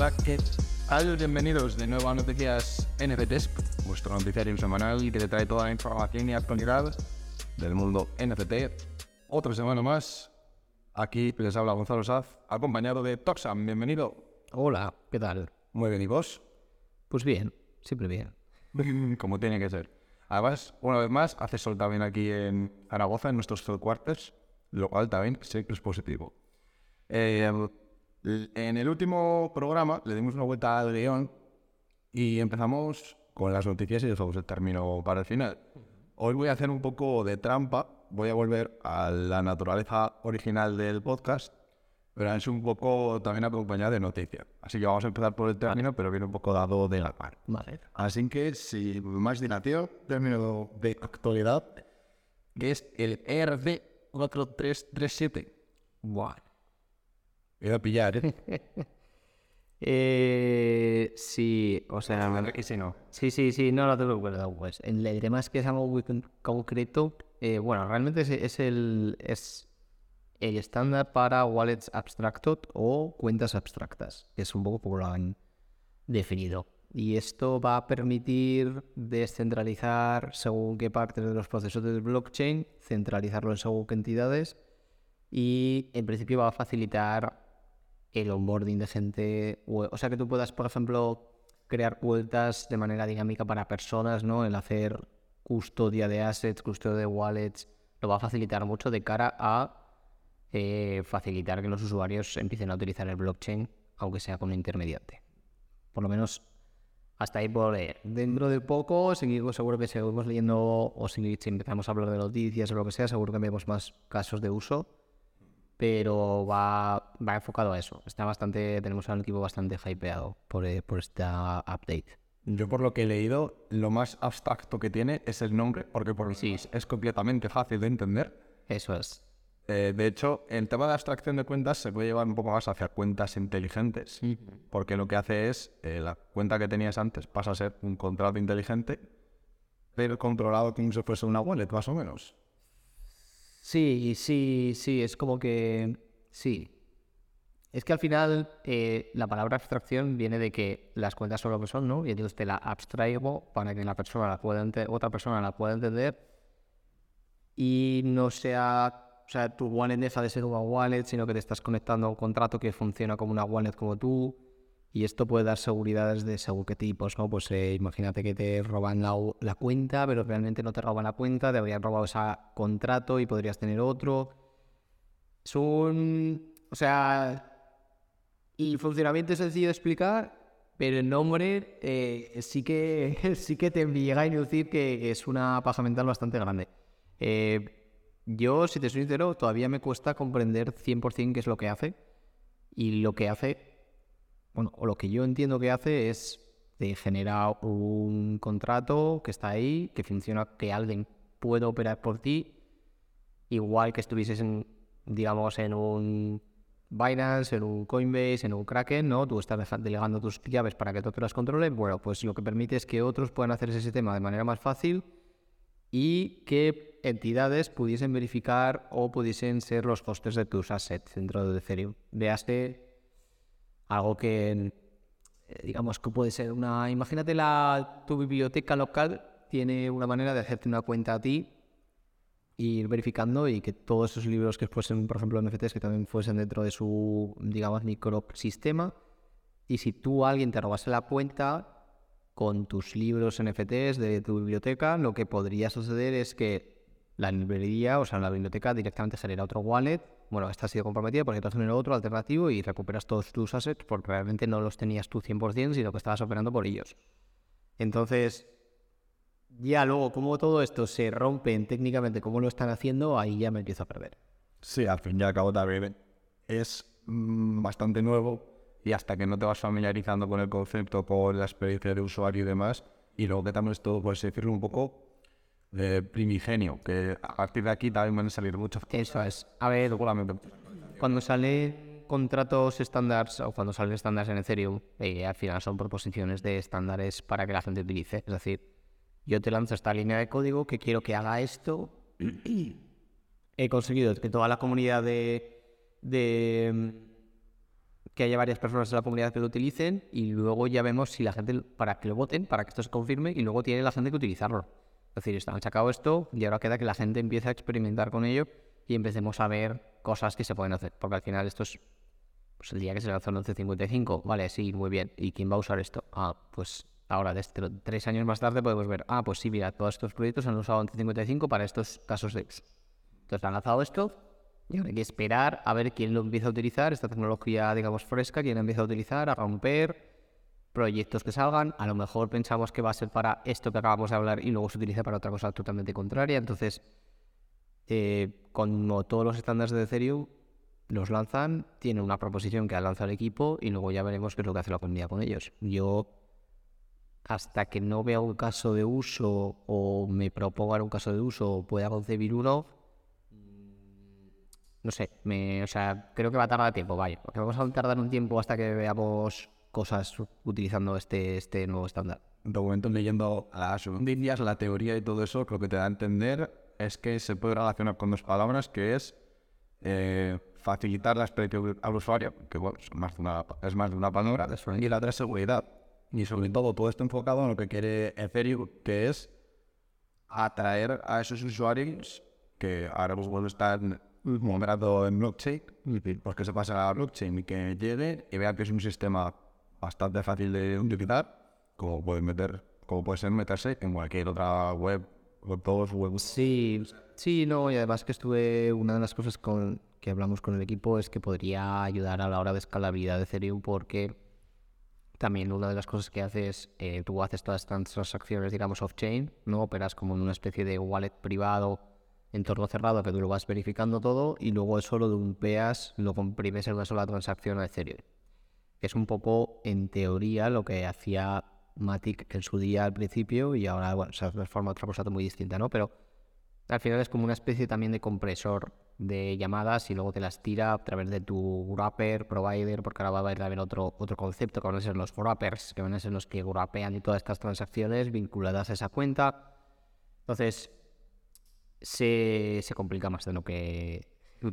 Hola, ¿qué tal? Bienvenidos de nuevo a Noticias NFTs, vuestro noticiario semanal que te trae toda la información y actualidad del mundo NFT. Otra semana más, aquí les habla Gonzalo Saz, acompañado de Toxam. Bienvenido. Hola, ¿qué tal? Muy bien, ¿y vos? Pues bien, siempre bien. Como tiene que ser. Además, una vez más, hace sol también aquí en Zaragoza, en nuestros headquarters, lo cual también sé que es positivo. En el último programa le dimos una vuelta al guión y empezamos con las noticias y dejamos el término para el final. Hoy voy a hacer un poco de trampa, voy a volver a la naturaleza original del podcast, pero es un poco también acompañada de noticias. Así que vamos a empezar por el término, pero viene un poco dado de la par. Vale. Así que, sin más dilación, término de actualidad, que es el ERC4337. Buah. Me voy a pillar, ¿eh? Sí, o sea... Y si no. Sí, no te preocupes, pues. El tema es que es algo muy concreto. Bueno, realmente es el estándar para wallets abstracted o cuentas abstractas, que es un poco como lo han definido. Y esto va a permitir descentralizar según qué partes de los procesos del blockchain, centralizarlo en según qué entidades y en principio va a facilitar el onboarding de gente, o sea que tú puedas, por ejemplo, crear cuentas de manera dinámica para personas, ¿no? El hacer custodia de assets, custodia de wallets, lo va a facilitar mucho de cara a facilitar que los usuarios empiecen a utilizar el blockchain, aunque sea con un intermediante. Por lo menos hasta ahí puedo leer. Dentro de poco, seguro que seguimos leyendo, o si empezamos a hablar de noticias o lo que sea, seguro que vemos más casos de uso, pero va enfocado a eso. Tenemos a un equipo bastante hypeado por esta update. Yo por lo que he leído, lo más abstracto que tiene es el nombre, porque por sí es completamente fácil de entender. Eso es. De hecho, el tema de abstracción de cuentas se puede llevar un poco más hacia cuentas inteligentes, porque lo que hace es, la cuenta que tenías antes pasa a ser un contrato inteligente, pero controlado como si fuese una wallet, más o menos. Sí, es como que... Sí. Es que al final la palabra abstracción viene de que las cuentas son lo que son, ¿no? Y entonces te la abstraigo para que otra persona la pueda entender y no sea... O sea, tu wallet deja de ser una wallet, sino que te estás conectando a un contrato que funciona como una wallet como tú. Y esto puede dar seguridades de según qué tipos, ¿no? Pues imagínate que te roban la cuenta, pero realmente no te roban la cuenta, te habrían robado ese contrato y podrías tener otro. O sea... Y funcionamiento es sencillo de explicar, pero el nombre sí que te llega a inducir que es una paja mental bastante grande. Yo, si te soy sincero, todavía me cuesta comprender 100% qué es lo que hace. Y lo que hace, bueno, o lo que yo entiendo que hace es te genera un contrato que está ahí, que funciona, que alguien puede operar por ti, igual que estuvieses digamos, en un Binance, en un Coinbase, en un Kraken, ¿no? Tú estás delegando tus llaves para que otros las controlen. Bueno, pues lo que permite es que otros puedan hacer ese sistema de manera más fácil y que entidades pudiesen verificar o pudiesen ser los hosters de tus assets dentro de Ethereum. Véase algo que, digamos, que puede ser una... Imagínate tu biblioteca local tiene una manera de hacerte una cuenta a ti, ir verificando y que todos esos libros que fuesen, por ejemplo, NFTs, que también fuesen dentro de su, digamos, microsistema. Y si alguien te robase la cuenta con tus libros NFTs de tu biblioteca, lo que podría suceder es que la librería, o sea, la biblioteca directamente genera otro wallet. Bueno, esta ha sido comprometida porque te genera otro alternativo y recuperas todos tus assets porque realmente no los tenías tú 100%, sino que estabas operando por ellos. Entonces... Ya luego, como todo esto se rompe técnicamente, cómo lo están haciendo, ahí ya me empiezo a perder. Sí, al fin y al cabo también es bastante nuevo y hasta que no te vas familiarizando con el concepto, con la experiencia de usuario y demás, y luego que también es todo, por así decirlo, un poco primigenio, que a partir de aquí también van a salir muchas cosas. Eso es. A ver, Seguramente. cuando salen contratos estándares o cuando salen estándares en Ethereum, al final son proposiciones de estándares para que la gente utilice. Es decir, yo te lanzo esta línea de código que quiero que haga esto. He conseguido que toda la comunidad de que haya varias personas en la comunidad que lo utilicen y luego ya vemos si la gente, para que lo voten, para que esto se confirme y luego tiene la gente que utilizarlo. Es decir, han sacado esto y ahora queda que la gente empiece a experimentar con ello y empecemos a ver cosas que se pueden hacer, porque al final esto es pues el día que se lanzó el 1155, vale, sí, muy bien, ¿y quién va a usar esto? Pues ahora, desde 3 años más tarde podemos ver, pues sí, mira, todos estos proyectos han usado 1155 para estos casos de uso. Entonces han lanzado esto y ahora hay que esperar a ver quién lo empieza a utilizar, esta tecnología, digamos, fresca, quién la empieza a utilizar, a romper proyectos que salgan. A lo mejor pensamos que va a ser para esto que acabamos de hablar y luego se utiliza para otra cosa totalmente contraria. Entonces, como todos los estándares de Ethereum, los lanzan, tienen una proposición que ha lanzado el equipo y luego ya veremos qué es lo que hace la comunidad con ellos. Yo, hasta que no vea un caso de uso o me propongan un caso de uso o pueda concebir uno, no sé, creo que va a tardar tiempo, vaya. Porque vamos a tardar un tiempo hasta que veamos cosas utilizando este nuevo estándar. De momento, leyendo las noticias, la teoría y todo eso, lo que te da a entender es que se puede relacionar con 2 palabras, que es facilitar la experiencia al usuario, que bueno, es más de una palabra, y la otra es seguridad. Y sobre todo esto enfocado en lo que quiere Ethereum, que es atraer a esos usuarios que ahora mismo están moderando en blockchain, pues que se pasen a la blockchain y que lleguen y vean que es un sistema bastante fácil de utilizar, como puede ser meterse en cualquier otra web o todos webs. Sí, no, y además que una de las cosas que hablamos con el equipo es que podría ayudar a la hora de escalabilidad de Ethereum, porque también una de las cosas que haces, tú haces todas estas transacciones, digamos, off-chain, ¿no? Operas como en una especie de wallet privado, entorno cerrado, que tú lo vas verificando todo y luego eso lo dumpeas, lo comprimes en una sola transacción a Ethereum. Es un poco, en teoría, lo que hacía Matic en su día al principio y ahora, bueno, se transforma en otra cosa muy distinta, ¿no? Pero al final es como una especie también de compresor de llamadas y luego te las tira a través de tu wrapper, provider, porque ahora va a haber también otro concepto que van a ser los wrappers, que van a ser los que wrapean todas estas transacciones vinculadas a esa cuenta. Entonces, se complica más de lo que...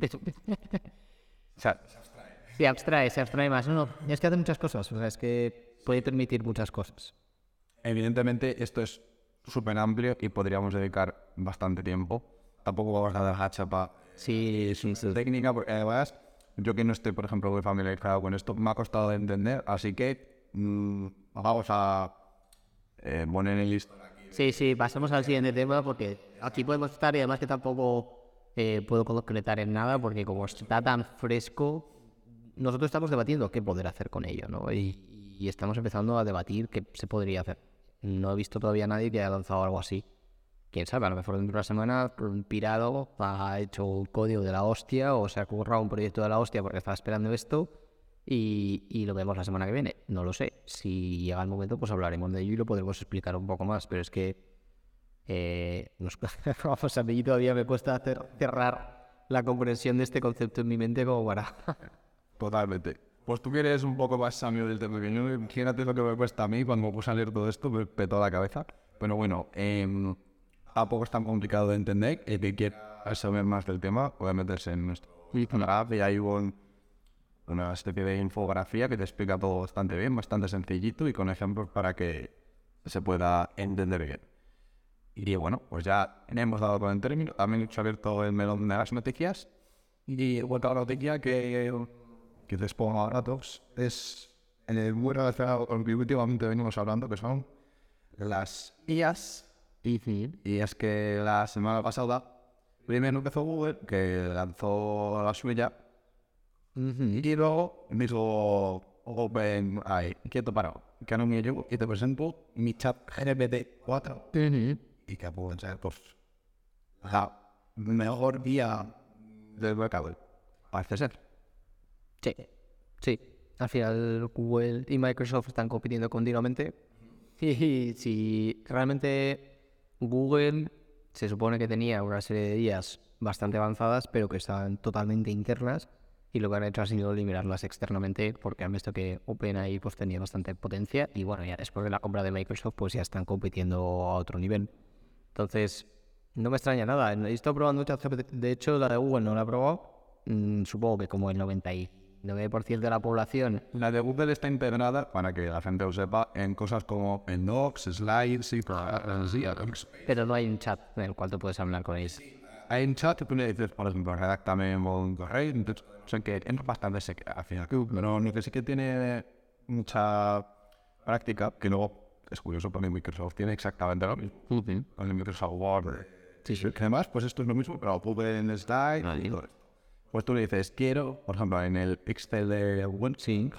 Se abstrae más. No, es que hace muchas cosas, es que puede permitir muchas cosas. Evidentemente, esto es súper amplio y podríamos dedicar bastante tiempo. Tampoco vamos a dar la chapa técnica, porque además, yo que no estoy, por ejemplo, muy familiarizado con esto, me ha costado de entender, así que vamos a poner en lista. Sí, pasemos al siguiente tema, porque aquí podemos estar y además que tampoco puedo concretar en nada, porque como está tan fresco, nosotros estamos debatiendo qué poder hacer con ello, ¿no? Y estamos empezando a debatir qué se podría hacer. No he visto todavía a nadie que haya lanzado algo así. Quién sabe, a lo mejor dentro de una semana un pirado ha hecho un código de la hostia o se ha currado un proyecto de la hostia porque estaba esperando esto y lo vemos la semana que viene. No lo sé. Si llega el momento, pues hablaremos de ello y lo podremos explicar un poco más. Pero es que vamos, a mí todavía me cuesta cerrar la comprensión de este concepto en mi mente como para... Totalmente. Pues tú que eres un poco más sabio del tema que yo, imagínate lo que me cuesta a mí cuando me puse a leer todo esto, me petó la cabeza. Pero bueno, tampoco es tan complicado de entender. El que quiera saber más del tema puede meterse en nuestro app y hay una especie de infografía que te explica todo bastante bien, bastante sencillito y con ejemplos para que se pueda entender bien. Y bueno, pues ya hemos dado con el término. También he hecho abierto el melón de las noticias. Y otra noticia que les pongo ahora a todos es muy relacionado con lo que últimamente venimos hablando, que son las IAs. Y es que la semana pasada primero empezó Google, que lanzó la suya, y luego dijo OpenAI, quieto parado, que no me llevo, y te presento mi chat GPT-4, y que puede ser pues la mejor guía del mercado, parece ser. Sí. Al final Google y Microsoft están compitiendo continuamente. Y si realmente Google se supone que tenía una serie de IAs bastante avanzadas, pero que estaban totalmente internas, y lo que han hecho ha sido eliminarlas externamente, porque han visto que OpenAI pues tenía bastante potencia, y bueno, ya después de la compra de Microsoft pues ya están compitiendo a otro nivel. Entonces, no me extraña nada. He estado probando ChatGPT, de hecho la de Google no la he probado, supongo que como el 99% 99% de la población. La de Google está integrada, para que la gente lo sepa, en cosas como en Docs, Slides y Pero no hay un chat en el cual tú puedes hablar con ellos. hay un chat que tú le dices, por ejemplo, redáctame un correo, entonces, o sea que es bastante al final, pero lo que sí que tiene mucha práctica, que luego es curioso porque Microsoft tiene exactamente lo mismo. Con el Microsoft Word. Sí. Que además, pues esto es lo mismo, pero Google en Slides y todo esto. Pues tú le dices, quiero, por ejemplo, en el Excel de Google,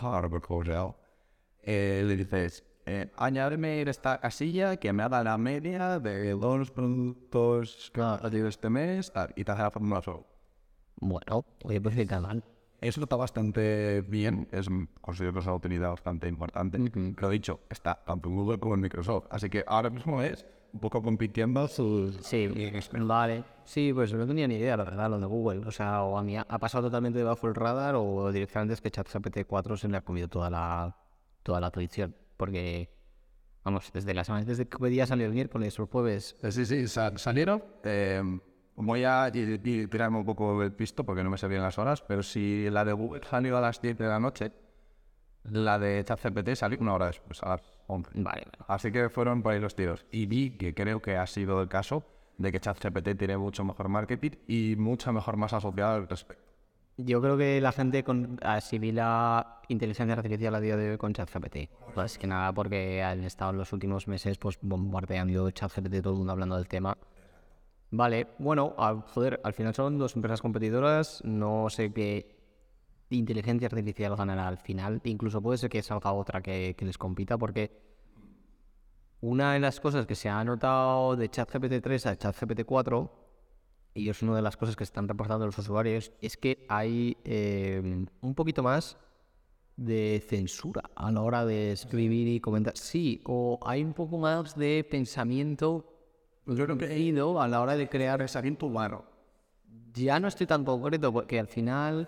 le dices, añádeme esta casilla que me haga la media de todos los productos que ha salido este mes y te hace la fórmula solo. Bueno, oye, pues qué mal. Eso está bastante bien, considero que es una utilidad bastante importante. Lo dicho, está tanto en Google como en Microsoft, así que ahora mismo es un poco compitiendo sus... Sí, vale. Sí, pues no tenía ni idea, la verdad, lo de Google. O sea, o a mí ha pasado totalmente debajo del radar o directamente es que ChatGPT 4 se le ha comido toda la atención. Porque, vamos, desde que día salió el miércoles o el jueves. Sí, salieron. Voy a tirarme un poco el pisto porque no me sé bien las horas, pero si la de Google salió a las 10 de la noche, la de ChatGPT salió una hora después, a las 11. Vale. Así que fueron por ahí los tiros. Y vi que creo que ha sido el caso de que ChatGPT tiene mucho mejor marketing y mucha mejor masa asociada al respecto. Yo creo que la gente asimila inteligencia artificial a día de hoy con ChatGPT. Más que nada porque han estado en los últimos meses pues bombardeando ChatGPT, todo el mundo hablando del tema. Vale, bueno, al final son dos empresas competidoras, no sé qué inteligencia artificial ganará al final, incluso puede ser que salga otra que les compita, porque una de las cosas que se ha notado de ChatGPT 3 a ChatGPT 4, y es una de las cosas que están reportando los usuarios, es que hay un poquito más de censura a la hora de escribir y comentar. Sí, o hay un poco más de pensamiento ido a la hora de crear Pensamiento humano. Ya no estoy tan concreto porque al final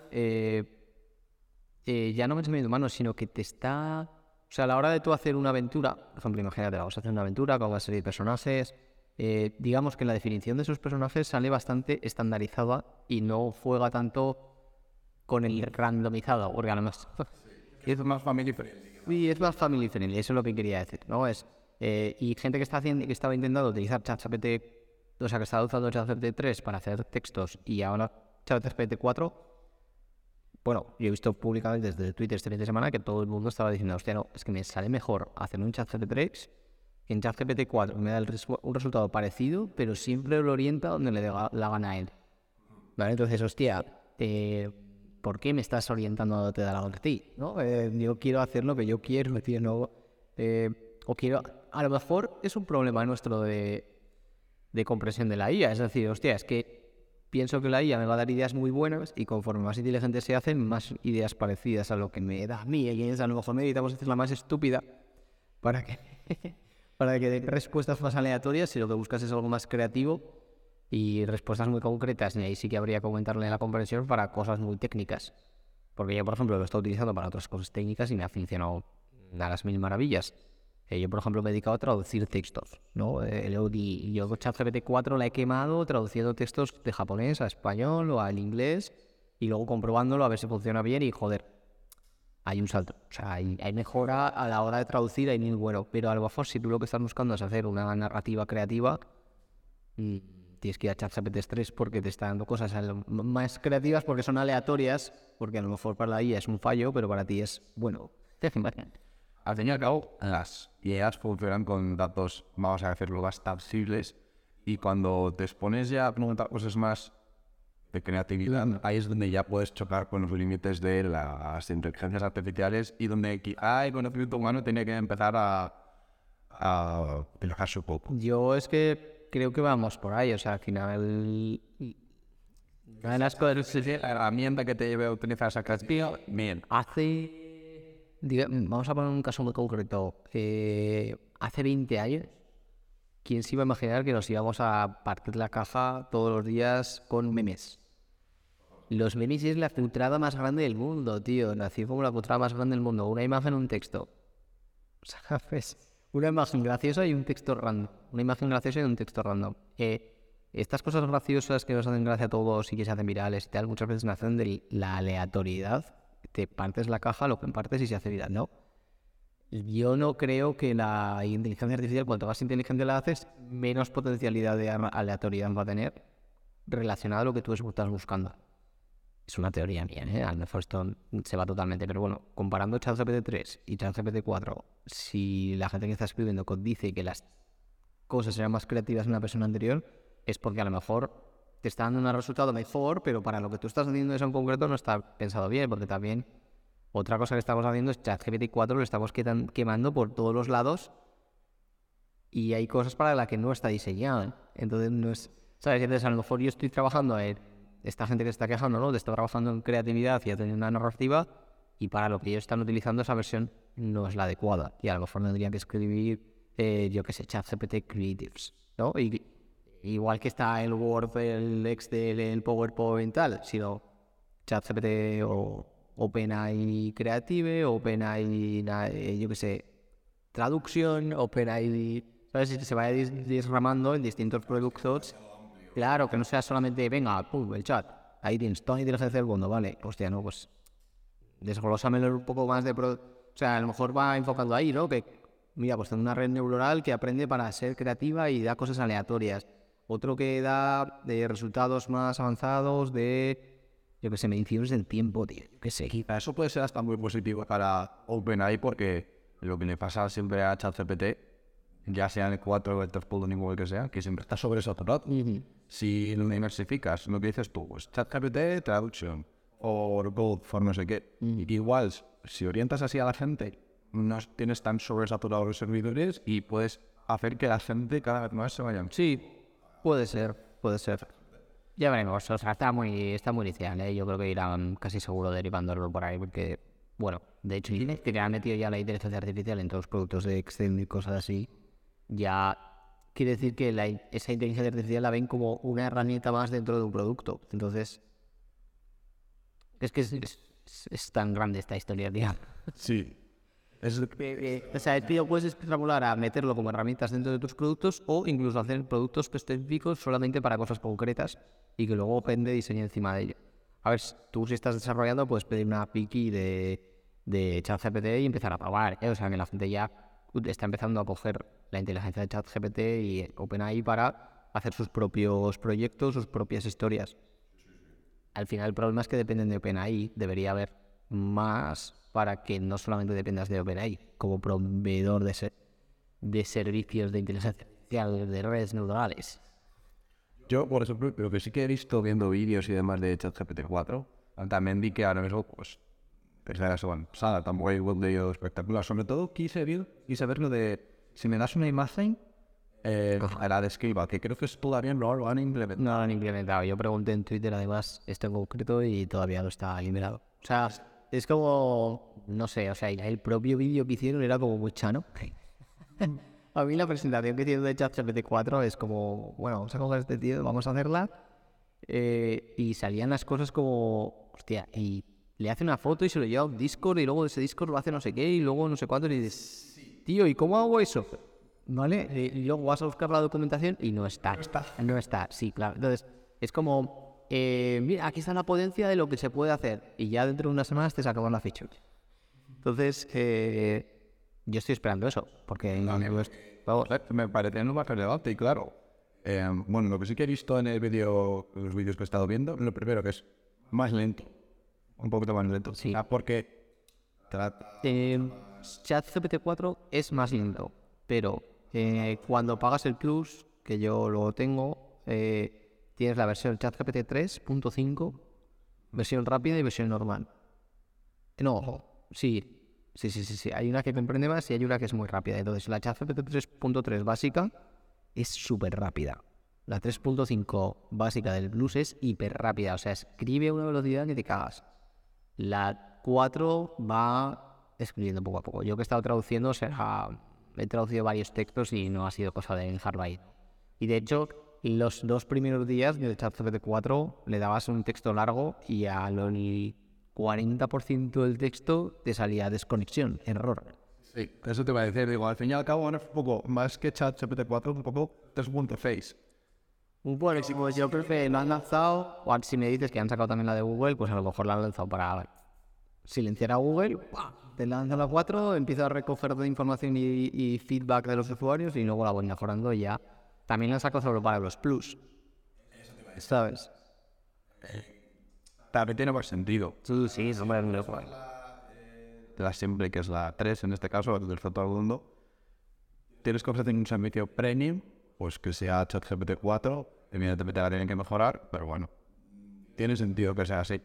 ya no pensamiento humano, sino que te está... O sea, a la hora de tú hacer una aventura, por ejemplo, imagínate, vamos a hacer una aventura con una serie de personajes, digamos que la definición de esos personajes sale bastante estandarizada y no juega tanto con el randomizado, porque a lo mejor... Es más family friendly. Sí, es más family friendly, eso es lo que quería decir, ¿no? Y gente que estaba intentando utilizar ChatGPT, o sea, que estaba usando ChatGPT 3 para hacer textos y ahora ChatGPT 4, bueno, yo he visto públicamente desde Twitter este fin de semana que todo el mundo estaba diciendo, hostia, no, es que me sale mejor hacer un ChatGPT 3 que en ChatGPT 4, me da un resultado parecido, pero siempre lo orienta donde le da la gana a él. ¿Vale? Entonces, hostia, ¿por qué me estás orientando a donde te da la gana a ti? ¿No? Yo quiero hacer lo que yo quiero, tío, no... o quiero... A lo mejor es un problema nuestro de comprensión de la IA. Es decir, hostia, es que pienso que la IA me va a dar ideas muy buenas y conforme más inteligentes se hacen, más ideas parecidas a lo que me da a mí. Y a lo mejor necesitamos hacer la más estúpida para que dé respuestas más aleatorias si lo que buscas es algo más creativo y respuestas muy concretas. Y ahí sí que habría que aumentarle la comprensión para cosas muy técnicas. Porque yo, por ejemplo, lo he estado utilizando para otras cosas técnicas y me ha funcionado a las mil maravillas. Yo, por ejemplo, me he dedicado a traducir textos, ¿no? Yo ChatGPT 4 la he quemado traduciendo textos de japonés a español o al inglés y luego comprobándolo a ver si funciona bien y, joder, hay un salto. O sea, hay mejora a la hora de traducir, hay muy bueno. Pero a lo mejor si tú lo que estás buscando es hacer una narrativa creativa, tienes que ir a ChatGPT 3 porque te está dando cosas más creativas porque son aleatorias, porque a lo mejor para la IA es un fallo, pero para ti es bueno. Al fin y al cabo, las IAs funcionan con datos, vamos a decirlo, más tangibles, y cuando te expones ya a preguntar cosas más de creatividad, ahí es donde ya puedes chocar con los límites de las inteligencias artificiales y donde el conocimiento humano tiene que empezar a relajarse un poco. Yo es que creo que vamos por ahí, o sea, al final... Una de las cosas... La herramienta que te lleve a utilizar esa creatividad, bien. Vamos a poner un caso muy concreto. Hace 20 años, ¿quién se iba a imaginar que nos íbamos a partir la caja todos los días con memes? Los memes es la putrada más grande del mundo, tío. Nació como la putrada más grande del mundo. Una imagen, un texto. ¿Sabes? Una imagen graciosa y un texto random. Una imagen graciosa y un texto random. Estas cosas graciosas que nos hacen gracia a todos y que se hacen virales y tal, muchas veces nacen de la aleatoriedad te partes la caja, lo compartes y se hace viral, ¿no? Yo no creo que la inteligencia artificial, cuanto más inteligente la haces, menos potencialidad de aleatoriedad va a tener relacionada a lo que tú estás buscando. Es una teoría mía, ¿eh? A lo mejor esto se va totalmente, pero bueno, comparando ChatGPT 3 y ChatGPT 4, si la gente que está escribiendo dice que las cosas serán más creativas en una persona anterior, es porque a lo mejor te está dando un resultado mejor, pero para lo que tú estás haciendo eso en concreto no está pensado bien, porque también otra cosa que estamos haciendo es ChatGPT 4 lo estamos quemando por todos los lados y hay cosas para las que no está diseñado. Entonces no es, ¿sabes? Entonces a lo mejor yo estoy trabajando en esta gente que se está quejando, ¿no? De estar trabajando en creatividad y haciendo una narrativa y para lo que ellos están utilizando esa versión no es la adecuada y a lo mejor tendrían que escribir, yo qué sé, ChatGPT Creatives, ¿no? Y igual que está el Word, el Excel, el PowerPoint tal, sino ChatGPT o OpenAI Creative, OpenAI, yo qué sé, traducción, OpenAI, ¿sabes? Se vaya desramando en distintos productos. Claro, que no sea solamente, venga, pum, el chat, ahí tienes toda la inteligencia del mundo, vale. Hostia, no, pues desglósamelo un poco más o sea, a lo mejor va enfocando ahí, ¿no? Que, mira, pues tengo una red neuronal que aprende para ser creativa y da cosas aleatorias. Otro que da resultados más avanzados yo que sé, mediciones del tiempo, tío, yo que sé. Eso puede ser hasta muy positivo para OpenAI porque lo que le pasa siempre a ChatGPT, ya sea en el 4 o el 3.5 o el que sea, que siempre está sobresaturado. Si lo diversificas, lo que dices tú, pues ChatGPT, traducción, o Gold, for no sé qué. Igual, si orientas así a la gente, no tienes tan sobresaturados los servidores y puedes hacer que la gente cada vez más se vayan. Sí, puede ser. Ya veremos, o sea, está muy inicial, ¿eh? Yo creo que irán casi seguro derivándolo por ahí, porque, bueno, de hecho, que han metido ya la inteligencia artificial en todos los productos de Excel y cosas así, ya quiere decir que esa inteligencia artificial la ven como una herramienta más dentro de un producto. Entonces, es que es tan grande esta historia, tío. Sí. O sea, tío, puedes extrapolar a meterlo como herramientas dentro de tus productos o incluso hacer productos específicos solamente para cosas concretas y que luego Open diseñe encima de ello. A ver, tú si estás desarrollando puedes pedir una API de ChatGPT y empezar a probar, ¿eh? O sea, que la gente ya está empezando a coger la inteligencia de ChatGPT y OpenAI para hacer sus propios proyectos, sus propias historias. Al final el problema es que dependen de OpenAI, debería haber más para que no solamente dependas de OpenAI como proveedor de servicios de inteligencia artificial, de redes neuronales. Yo, por ejemplo, lo que sí que he visto viendo vídeos y demás de ChatGPT 4, también vi que ahora mismo, pues, desde la semana pasada, tampoco hay un vídeo espectacular. Sobre todo quise ver lo de, si me das una imagen, la describa, que creo que todavía no lo han implementado. No lo han implementado. Yo pregunté en Twitter, además, esto en concreto, y todavía no está liberado. O sea, es como, no sé, o sea, el propio vídeo que hicieron era como muy chano. A mí la presentación que hicieron de ChatGPT 4 es como, bueno, vamos a coger este tío, vamos a hacerla. Y salían las cosas como, hostia, y le hace una foto y se lo lleva a un Discord y luego de ese Discord lo hace no sé qué y luego no sé cuánto y dices, tío, ¿y cómo hago eso? ¿Vale? Y luego vas a buscar la documentación y no está. No está, sí, claro. Entonces, es como, mira, aquí está la potencia de lo que se puede hacer y ya dentro de unas semanas te sacaban la feature. Entonces, yo estoy esperando eso, porque Vamos, me parece no más relevante y claro. Bueno, lo que sí que he visto en los vídeos que he estado viendo, lo primero que es más lento, un poquito más lento. Sí. Porque ChatGPT 4 es más lento, pero cuando pagas el Plus, que yo lo tengo, tienes la versión ChatGPT 3.5, versión rápida y versión normal. No, sí. Hay una que comprende más y hay una que es muy rápida. Entonces, la ChatGPT 3.3 básica es súper rápida. La 3.5 básica del Plus es hiper rápida. O sea, escribe a una velocidad que te cagas. La 4 va escribiendo poco a poco. Yo que he estado traduciendo, he traducido varios textos y no ha sido cosa de dejarlo ahí. Y de hecho, los 2 primeros días de ChatGPT 4 le dabas un texto largo y a lo 40% del texto te salía desconexión, error. Sí, eso te va a decir. Digo, al fin y al cabo, ahora es un poco más que ChatGPT 4, un poco 3.6. Bueno, pues yo creo que lo han lanzado, o si me dices que han sacado también la de Google, pues a lo mejor la han lanzado para silenciar a Google, te lanza la 4, empiezo a recoger de información y feedback de los usuarios y luego la voy mejorando y ya. También la saco solo para los plus, ¿sabes? También tiene más sentido. Sí, eso me lo juego. La simple, que es la 3 en este caso, la del todo el mundo. Tienes que ofrecer un servicio premium, pues que sea ChatGPT 4, evidentemente la tienen que mejorar, pero bueno, tiene sentido que sea así.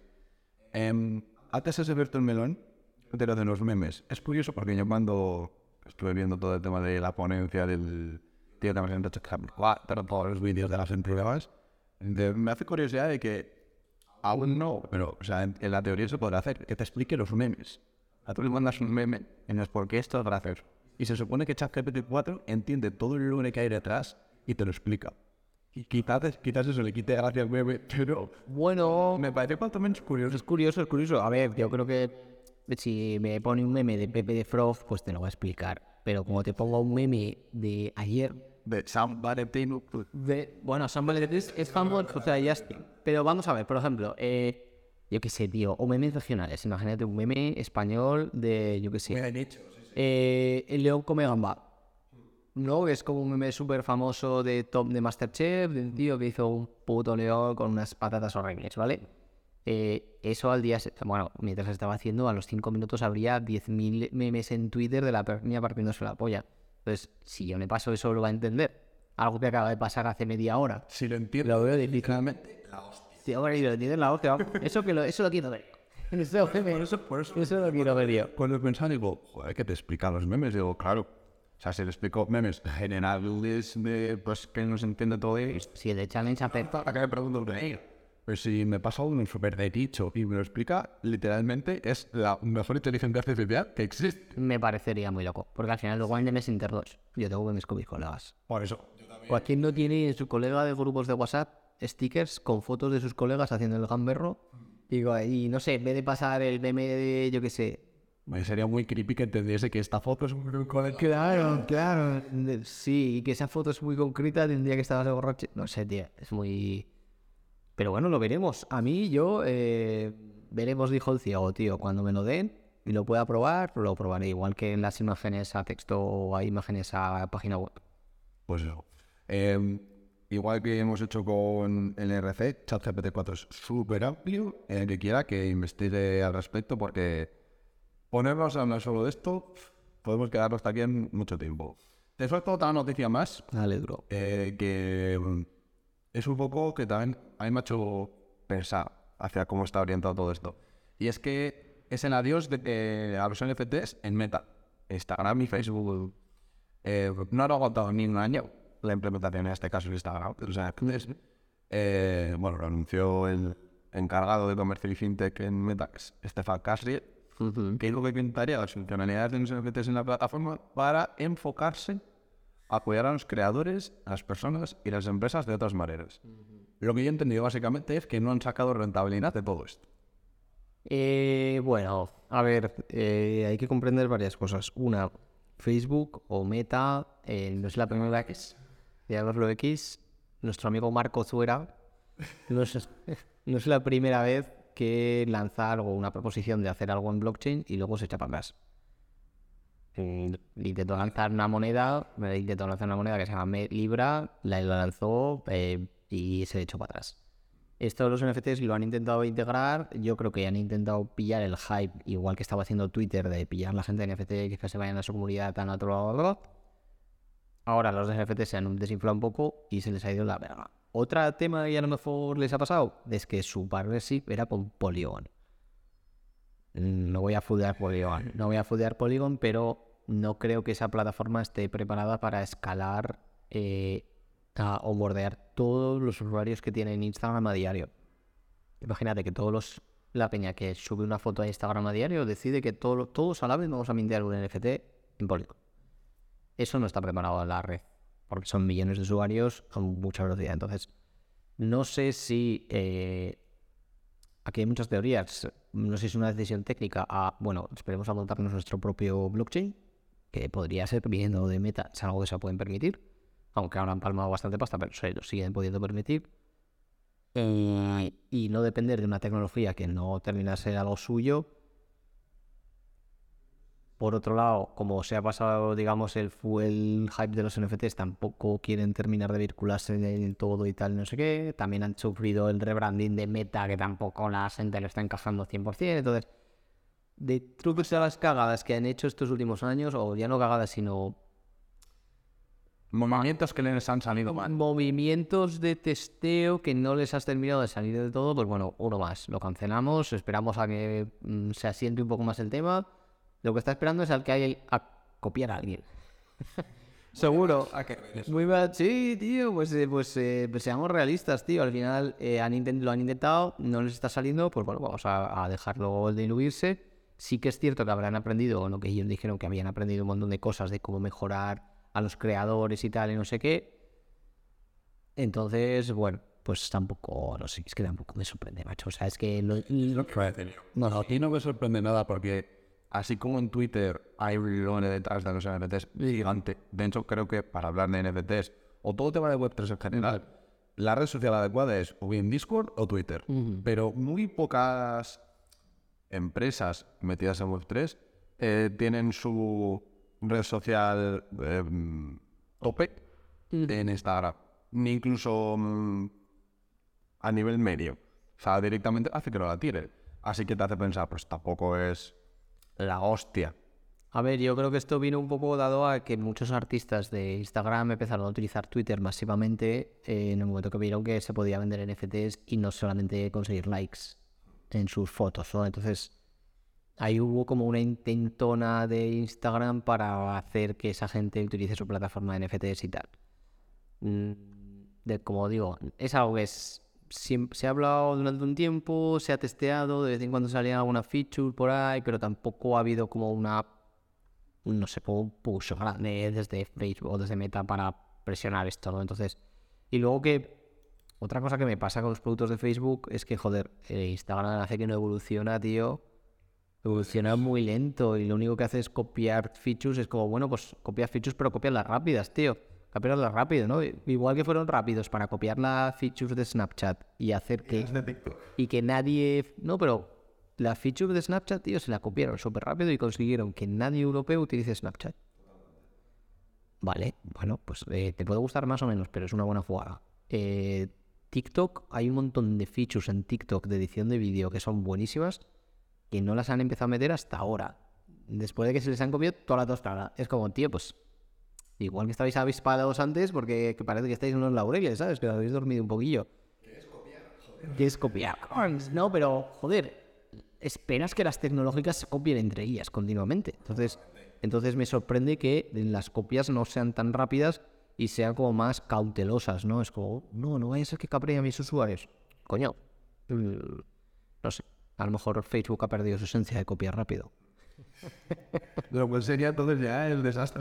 Antes has abierto el melón de lo de los memes. Es curioso porque yo cuando estuve viendo todo el tema de la ponencia del tío que presenta ChatGPT 4, todos los vídeos de las empresas, me hace curiosidad de que aún no, pero o sea, en la teoría se podrá hacer, que te explique los memes. A tú le mandas un meme en el por qué esto es gracioso. Y se supone que ChatGPT 4 entiende todo el lore que hay detrás y te lo explica. Y quizás eso le quite gracia al meme, pero Bueno, me parece cuanto menos curioso. es curioso, es curioso. A ver, yo creo que si me pone un meme de Pepe de Frog, pues te lo voy a explicar. Pero como te pongo un meme de ayer, De Sam Valentino. bueno, San Valentín es famoso, o sea, ya está. Pero vamos a ver, por ejemplo, yo qué sé, tío, o memes regionales. Imagínate un meme español de, yo qué sé, el león come gamba. ¿No? Es como un meme súper famoso de top de Masterchef, de un tío que hizo un puto león con unas patatas horribles, ¿vale? Eso al día, bueno, mientras estaba haciendo, a los 5 minutos habría 10.000 memes en Twitter de la peña partiéndose la polla. Entonces, si yo me paso eso, lo va a entender. Algo que acaba de pasar hace media hora. Si lo entiendo, Lo veo difícilmente. Sí, hombre, y lo entienden la hostia. Eso lo quiero ver. Eso lo quiero ver yo. cuando pensaba, digo, joder, que te explican los memes. Digo, claro. O sea, si le explico memes generales de, pues, que no se entiende todo esto. Si el de Challenge afecta. Acá me pregunto, pues si me pasa un súper de dicho y me lo explica, literalmente es la mejor inteligencia artificial que existe. Me parecería muy loco. Porque al final luego hay memes inter 2. Yo tengo memes con mis colegas. Por eso. ¿O a quién no tiene en su colega de grupos de WhatsApp stickers con fotos de sus colegas haciendo el gamberro? Digo, y no sé, en vez de pasar el meme de, yo qué sé. Sería muy creepy que entendiese que esta foto es un colega. Claro. Sí, y que esa foto es muy concreta, tendría que estar borracho. No sé, tío, es muy... Pero bueno, lo veremos. A mí, veremos, dijo el ciego, tío. Cuando me lo den y lo pueda probar, lo probaré. Igual que en las imágenes a texto o a imágenes a página web. Pues eso. Igual que hemos hecho con el RC, ChatGPT 4 es súper amplio. El que quiera que investigue al respecto, porque ponernos a hablar solo de esto, podemos quedarnos hasta aquí en mucho tiempo. Te suelto otra noticia más, Dale, duro. que es un poco que también a mí me ha hecho pensar hacia cómo está orientado todo esto. Y es que es el adiós a los NFTs en Meta, Instagram y Facebook. No han aguantado ni un año la implementación, en este caso, de Instagram. O sea, bueno, lo anunció el encargado de comercio y fintech en Meta, que es Stefan Kasriel, que dijo que intentaría las funcionalidades de los NFTs en la plataforma para enfocarse a apoyar a los creadores, a las personas y las empresas de otras maneras. Lo que yo he entendido básicamente es que no han sacado rentabilidad de todo esto. Bueno, a ver, hay que comprender varias cosas. Una, Facebook o Meta, no es la primera vez, llamarlo X, nuestro amigo Marco Zuera, no es la primera vez que lanza algo, una proposición de hacer algo en blockchain y luego se echa para atrás. Intentó lanzar una moneda que se llama Libra, la lanzó y se echó para atrás. Esto los NFTs lo han intentado integrar, yo creo que han intentado pillar el hype, igual que estaba haciendo Twitter, de pillar la gente de NFT que se vayan a su comunidad tan a otro lado. Ahora los NFTs se han desinflado un poco y se les ha ido la verga. Otro tema que a lo mejor les ha pasado es que su partnership era con Polygon. No voy a fudear Polygon, pero no creo que esa plataforma esté preparada para escalar o bordear todos los usuarios que tienen Instagram a diario. Imagínate que la peña que sube una foto a Instagram a diario decide que todos a la vez vamos a mintear un NFT en Polygon. Eso no está preparado en la red, porque son millones de usuarios con mucha velocidad. Entonces, no sé si... aquí hay muchas teorías. No sé si es una decisión técnica bueno, esperemos a montarnos nuestro propio blockchain, que podría ser viniendo de Meta, es algo que se pueden permitir, aunque ahora han palmado bastante pasta, pero se lo siguen pudiendo permitir. Y no depender de una tecnología que no termina de ser algo suyo, por otro lado, como se ha pasado, digamos, el hype de los NFTs, tampoco quieren terminar de vincularse en todo y tal, no sé qué. También han sufrido el rebranding de Meta, que tampoco la gente lo está encajando 100%. Entonces, de trucos a las cagadas que han hecho estos últimos años, o ya no cagadas, sino Movimientos que les han salido mal. movimientos de testeo que no les has terminado de salir de todo, pues bueno, uno más. Lo cancelamos, esperamos a que se asiente un poco más el tema. Lo que está esperando es al que hay a copiar a alguien. Seguro. Muy mal. Sí, tío, pues seamos realistas, tío. Al final lo han intentado, no les está saliendo, pues bueno, vamos a dejarlo diluirse. Sí que es cierto que habrán aprendido, o lo que ellos dijeron, que habían aprendido un montón de cosas de cómo mejorar a los creadores y tal, y no sé qué. Entonces, bueno, pues tampoco, no sé, es que tampoco me sorprende, macho. O sea, es que... No, aquí no me sorprende nada porque así como en Twitter hay un lore detrás de los NFTs gigante, de hecho creo que para hablar de NFTs o todo tema de Web3 en general, la red social adecuada es o bien Discord o Twitter. Pero muy pocas empresas metidas en Web3 tienen su red social tope en Instagram, ni incluso a nivel medio. O sea, directamente hace que no la tire. Así que te hace pensar, pues tampoco es la hostia. A ver, yo creo que esto vino un poco dado a que muchos artistas de Instagram empezaron a utilizar Twitter masivamente en el momento que vieron que se podía vender NFTs y no solamente conseguir likes en sus fotos, ¿no? Entonces, ahí hubo como una intentona de Instagram para hacer que esa gente utilice su plataforma de NFTs y tal. Como digo, es algo que se ha hablado durante un tiempo, se ha testeado, de vez en cuando salía alguna feature por ahí, pero tampoco ha habido como no sé, como un push grande desde Facebook o desde Meta para presionar esto, ¿no? Entonces, y luego otra cosa que me pasa con los productos de Facebook es que, joder, Instagram hace que no evoluciona, tío. Evoluciona muy lento y lo único que hace es copiar features. Es como, bueno, pues copiar features, pero copiarlas rápidas, tío. Copiarlas rápido, ¿no? Igual que fueron rápidos para copiar las features de Snapchat y hacer que... Y que nadie... No, pero la feature de Snapchat, tío, se la copiaron súper rápido y consiguieron que nadie europeo utilice Snapchat. Vale, bueno, pues te puede gustar más o menos, pero es una buena jugada. TikTok, hay un montón de features en TikTok de edición de vídeo que son buenísimas, que no las han empezado a meter hasta ahora, después de que se les han comido toda la tostada. Es como, tío, pues igual que estabais avispados antes, porque parece que estáis en unos laureles, ¿sabes? Que habéis dormido un poquillo. ¿Qué es copiar? No, pero, joder, esperas que las tecnológicas se copien entre ellas continuamente. Entonces me sorprende que las copias no sean tan rápidas y sean como más cautelosas, ¿no? Es como, no vaya a ser que capree a mis usuarios. Coño, no sé. A lo mejor Facebook ha perdido su esencia de copiar rápido. Lo que sería entonces ya el desastre.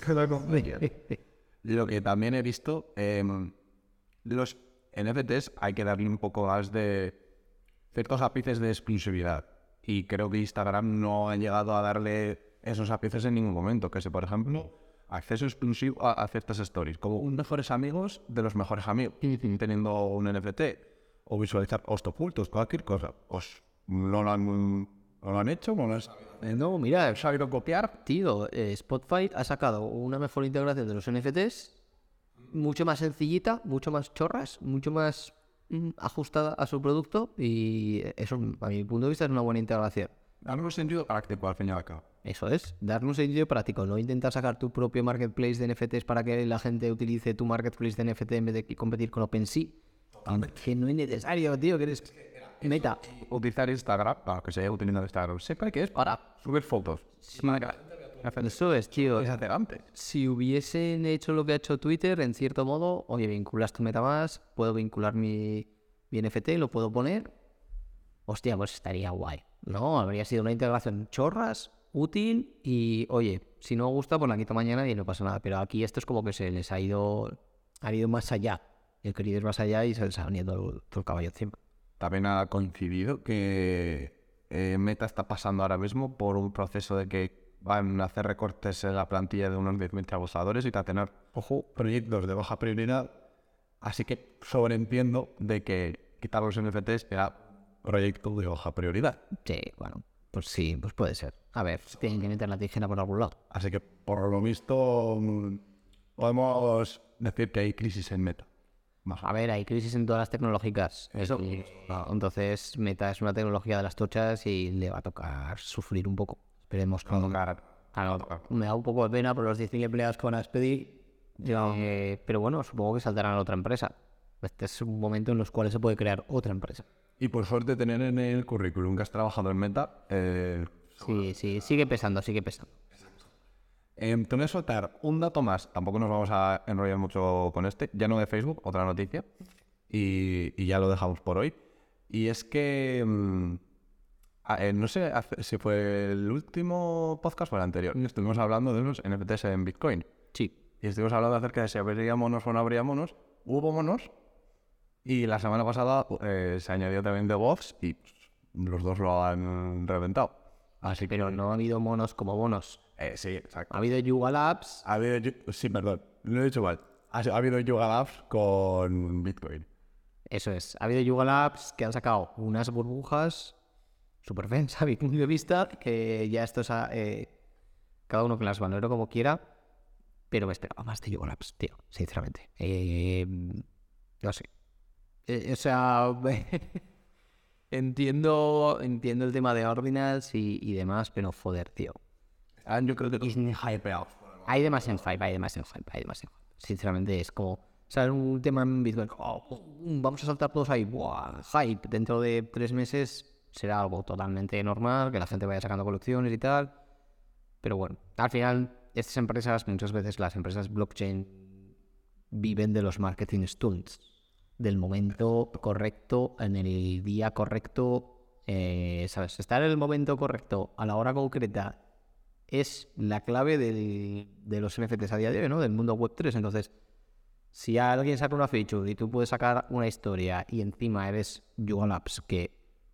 Lo que también he visto, los NFTs hay que darle un poco más de ciertos ápices de exclusividad. Y creo que Instagram no ha llegado a darle esos ápices en ningún momento. Que sé, por ejemplo, acceso exclusivo a ciertas stories, como un mejores amigos de los mejores amigos, teniendo un NFT, o visualizar post ocultos, cualquier cosa. Pues no lo han hecho, no lo han sabido. No, mira, ¿Sabido copiar? tío, Spotify ha sacado una mejor integración de los NFTs, mucho más sencillita, mucho más chorras, mucho más ajustada a su producto, y eso, a mi punto de vista, es una buena integración. Darle un sentido práctico al fin y al cabo. Eso es, darle un sentido práctico, no intentar sacar tu propio marketplace de NFTs para que la gente utilice tu marketplace de NFT en vez de competir con OpenSea. Que no es necesario, tío, que eres Meta. Utilizar Instagram, para que se haya utilizado Instagram, sepa que es para subir fotos. Eso es, tío. Es adelante. Si hubiesen hecho lo que ha hecho Twitter, en cierto modo, oye, vinculas tu MetaMask, puedo vincular mi NFT, lo puedo poner. Hostia, pues estaría guay, ¿no? Habría sido una integración chorras, útil y, oye, si no gusta, pues la quito mañana y no pasa nada. Pero aquí esto es como que se les ha ido más allá. El querido ir más allá y se les ha venido todo el caballo encima. También ha coincidido que Meta está pasando ahora mismo por un proceso de que van a hacer recortes en la plantilla de unos 10.000 trabajadores y a tener, proyectos de baja prioridad. Así que sobreentiendo de que quitar los NFTs era proyecto de baja prioridad. Sí, bueno. Pues sí, pues puede ser. A ver, tienen que meter la tijera por algún lado. Así que, por lo visto, podemos decir que hay crisis en Meta. Más o A ver, hay crisis en todas las tecnológicas. Eso. Entonces, Meta es una tecnología de las tochas y le va a tocar sufrir un poco. Esperemos que menos. Claro, me da un poco de pena por los 10.000 empleados que van a despedir. Pero bueno, supongo que saltarán a otra empresa. Este es un momento en los cuales se puede crear otra empresa. Y por suerte tener en el currículum que has trabajado en Meta. Sí, sigue pesando, sigue pesando. Te voy a soltar un dato más. Tampoco nos vamos a enrollar mucho con este. Ya no de Facebook, otra noticia. Y ya lo dejamos por hoy. Y es que... no sé si fue el último podcast o el anterior. Estuvimos hablando de los NFTs en Bitcoin. Sí. Y estuvimos hablando acerca de si habría monos o no habría monos. Hubo monos. Y la semana pasada se añadió también The Bots y los dos lo han reventado. Así Pero no ha habido monos como monos. sí, exacto. Ha habido Yuga Labs. Ha habido, sí, perdón, lo he dicho mal. Ha habido Yuga Labs con Bitcoin. Eso es. Ha habido Yuga Labs que han sacado unas burbujas súper feas a mi punto de vista, que ya esto es cada uno que las valore como quiera, pero me esperaba más de Yuga Labs, tío, sinceramente. No sé. O sea, entiendo el tema de Ordinals y demás, pero joder, tío. Yo creo que hypeados. Hay demasiado hype. Sinceramente es como, ¿sabes? Un tema en Bitcoin, vamos a saltar todos ahí, ¡buah! Hype. Dentro de 3 meses será algo totalmente normal, que la gente vaya sacando colecciones y tal. Pero bueno, al final, estas empresas, muchas veces las empresas blockchain viven de los marketing stunts, del momento correcto, en el día correcto, ¿sabes? Estar en el momento correcto, a la hora concreta, es la clave de los NFTs a día de hoy, ¿no? Del mundo Web3. Entonces, si alguien saca una feature y tú puedes sacar una historia y encima eres Yuga Labs, que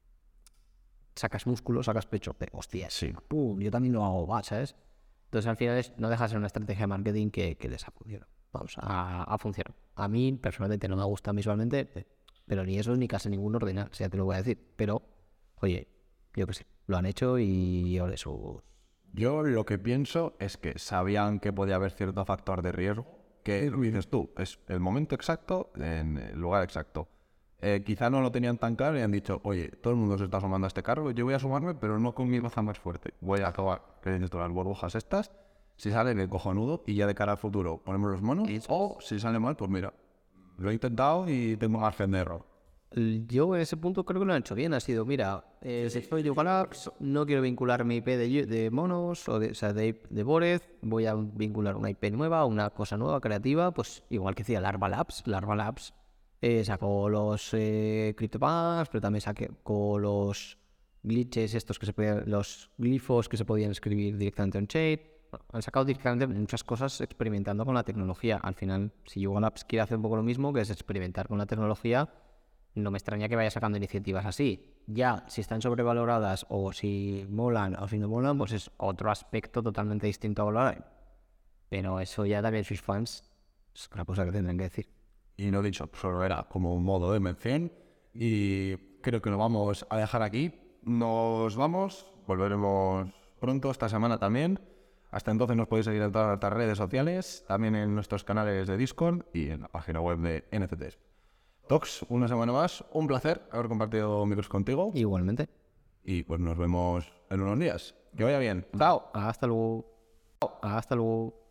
sacas músculo, sacas pecho, hostia, Sí. ¡pum! Yo también lo hago, ¿sabes? Entonces, al final no deja de ser una estrategia de marketing que les ha funcionado. Vamos, a funcionar. A mí, personalmente, no me gusta visualmente, pero ni eso ni casi ningún ordinal, o sea, te lo voy a decir. Pero, oye, yo qué sé, lo han hecho y ahora eso... Yo lo que pienso es que sabían que podía haber cierto factor de riesgo, que lo dices tú, es el momento exacto en el lugar exacto. Quizá no lo tenían tan claro y han dicho, oye, todo el mundo se está sumando a este carro, yo voy a sumarme, pero no con mi baza más fuerte. Voy a acabar creyendo las burbujas estas, si sale el cojonudo y ya de cara al futuro ponemos los monos, o si sale mal, pues mira, lo he intentado y tengo margen de error. Yo en ese punto creo que lo han hecho bien. Ha sido, mira, si soy de Yuga Labs, no quiero vincular mi IP de monos o de Bored, voy a vincular una IP nueva, una cosa nueva, creativa, pues igual que hacía Larva Labs. Larva Labs sacó los CryptoPunks, pero también sacó los glitches estos que se podían, los glifos que se podían escribir directamente en chain. Bueno, han sacado directamente muchas cosas experimentando con la tecnología. Al final, si Yuga Labs quiere hacer un poco lo mismo, que es experimentar con la tecnología, no me extraña que vaya sacando iniciativas así. Ya, si están sobrevaloradas o si molan o si no molan, pues es otro aspecto totalmente distinto a valorar. Pero eso ya también sus fans es una cosa que tendrán que decir. Y no he dicho, solo era como un modo de mención y creo que lo vamos a dejar aquí. Nos vamos, volveremos pronto esta semana también. Hasta entonces nos podéis seguir en todas nuestras redes sociales, también en nuestros canales de Discord y en la página web de NFTs. Tox, una semana más, un placer haber compartido micros contigo Igualmente. y pues nos vemos en unos días. Que vaya bien. Chao. Hasta luego. Hasta luego.